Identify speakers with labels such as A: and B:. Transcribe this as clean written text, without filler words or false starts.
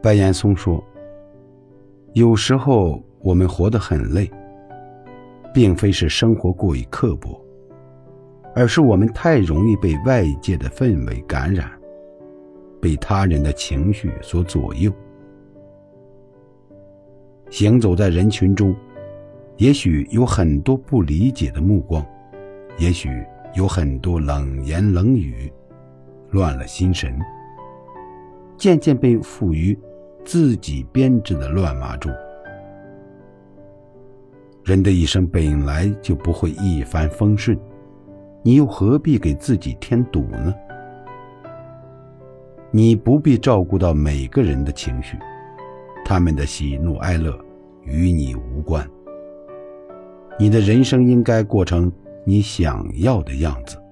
A: 白岩松说，有时候我们活得很累，并非是生活过于刻薄，而是我们太容易被外界的氛围感染，被他人的情绪所左右。行走在人群中，也许有很多不理解的目光，也许有很多冷言冷语，乱了心神，渐渐被缚于自己编织的乱麻中。人的一生本来就不会一帆风顺，你又何必给自己添堵呢？你不必照顾到每个人的情绪，他们的喜怒哀乐与你无关。你的人生应该过成你想要的样子。